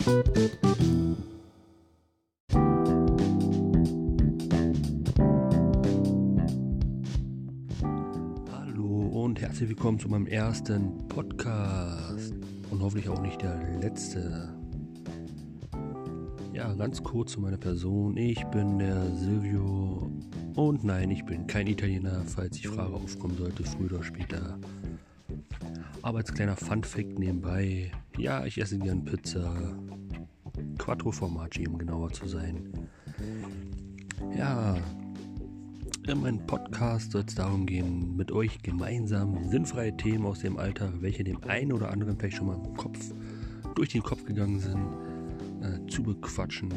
Hallo und herzlich willkommen zu meinem ersten Podcast und hoffentlich auch nicht der letzte. Ja, ganz kurz zu meiner Person. Ich bin der Silvio und nein, ich bin kein Italiener, falls die Frage aufkommen sollte, früher oder später. Aber als kleiner Funfact nebenbei, ja, ich esse gern Pizza, Quattro Formaggi, um genauer zu sein. Ja, in meinem Podcast soll es darum gehen, mit euch gemeinsam sinnfreie Themen aus dem Alltag, welche dem einen oder anderen vielleicht schon mal durch den Kopf gegangen sind, zu bequatschen.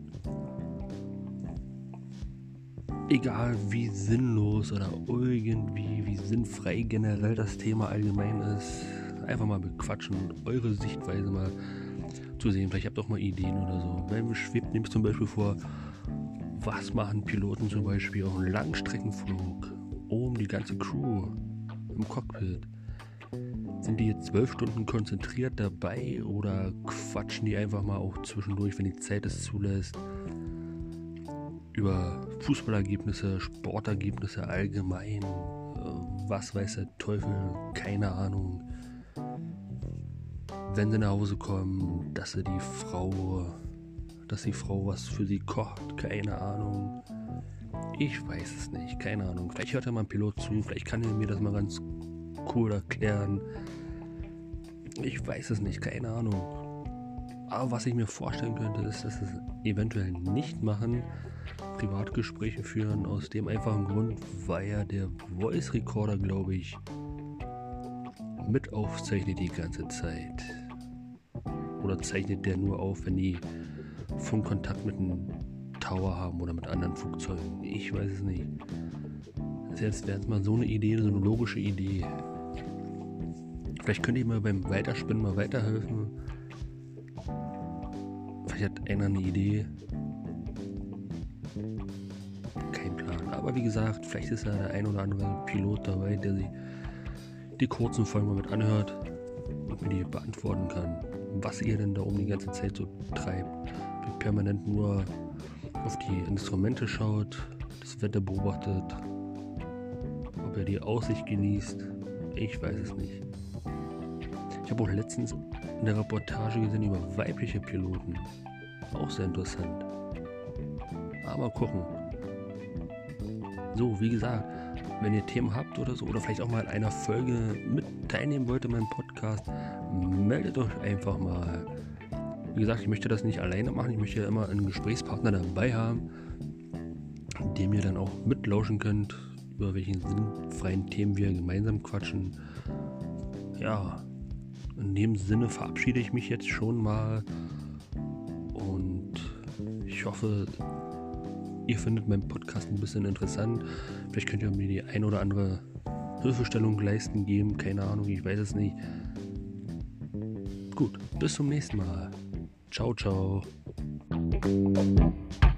Egal wie sinnlos oder irgendwie wie sinnfrei generell das Thema allgemein ist, einfach mal bequatschen und eure Sichtweise mal zu sehen. Vielleicht habt ihr auch mal Ideen oder so. Weil mir schwebt nämlich zum Beispiel vor, was machen Piloten zum Beispiel auf einem Langstreckenflug um die ganze Crew im Cockpit? Sind die jetzt 12 Stunden konzentriert dabei oder quatschen die einfach mal auch zwischendurch, wenn die Zeit es zulässt, über Fußballergebnisse, Sportergebnisse allgemein, was weiß der Teufel, keine Ahnung. Wenn sie nach Hause kommen, dass die Frau was für sie kocht, keine Ahnung. Ich weiß es nicht, keine Ahnung. Vielleicht hört ja mal ein Pilot zu, vielleicht kann er mir das mal ganz cool erklären. Ich weiß es nicht, keine Ahnung. Aber was ich mir vorstellen könnte, ist, dass es eventuell nicht machen, Privatgespräche führen, aus dem einfachen Grund, weil ja der Voice Recorder, glaube ich, mit aufzeichnet die ganze Zeit. Oder zeichnet der nur auf, wenn die Funkkontakt mit einem Tower haben oder mit anderen Flugzeugen. Ich weiß es nicht. Das wäre jetzt mal so eine Idee, so eine logische Idee. Vielleicht könnt ihr mir beim Weiterspinnen mal weiterhelfen. Vielleicht hat einer eine Idee. Kein Plan. Aber wie gesagt, vielleicht ist ja der ein oder andere Pilot dabei, der sich die kurzen Folgen mal mit anhört und mir die beantworten kann, was ihr denn da um die ganze Zeit so treibt. Ob ihr permanent nur auf die Instrumente schaut, das Wetter beobachtet, ob ihr die Aussicht genießt. Ich weiß es nicht. Ich habe auch letztens eine Reportage gesehen über weibliche Piloten. Auch sehr interessant. Aber mal gucken. So, wie gesagt, wenn ihr Themen habt oder so, oder vielleicht auch mal in einer Folge mit teilnehmen wollt in meinem Podcast, meldet euch einfach mal. Wie gesagt, ich möchte das nicht alleine machen. Ich möchte ja immer einen Gesprächspartner dabei haben, dem ihr dann auch mitlauschen könnt, über welche sinnfreien Themen wir gemeinsam quatschen. Ja, in dem Sinne verabschiede ich mich jetzt schon mal und ich hoffe, ihr findet meinen Podcast ein bisschen interessant. Vielleicht könnt ihr mir die ein oder andere Hilfestellung leisten, geben, keine Ahnung, ich weiß es nicht. Gut, bis zum nächsten Mal. Ciao, ciao.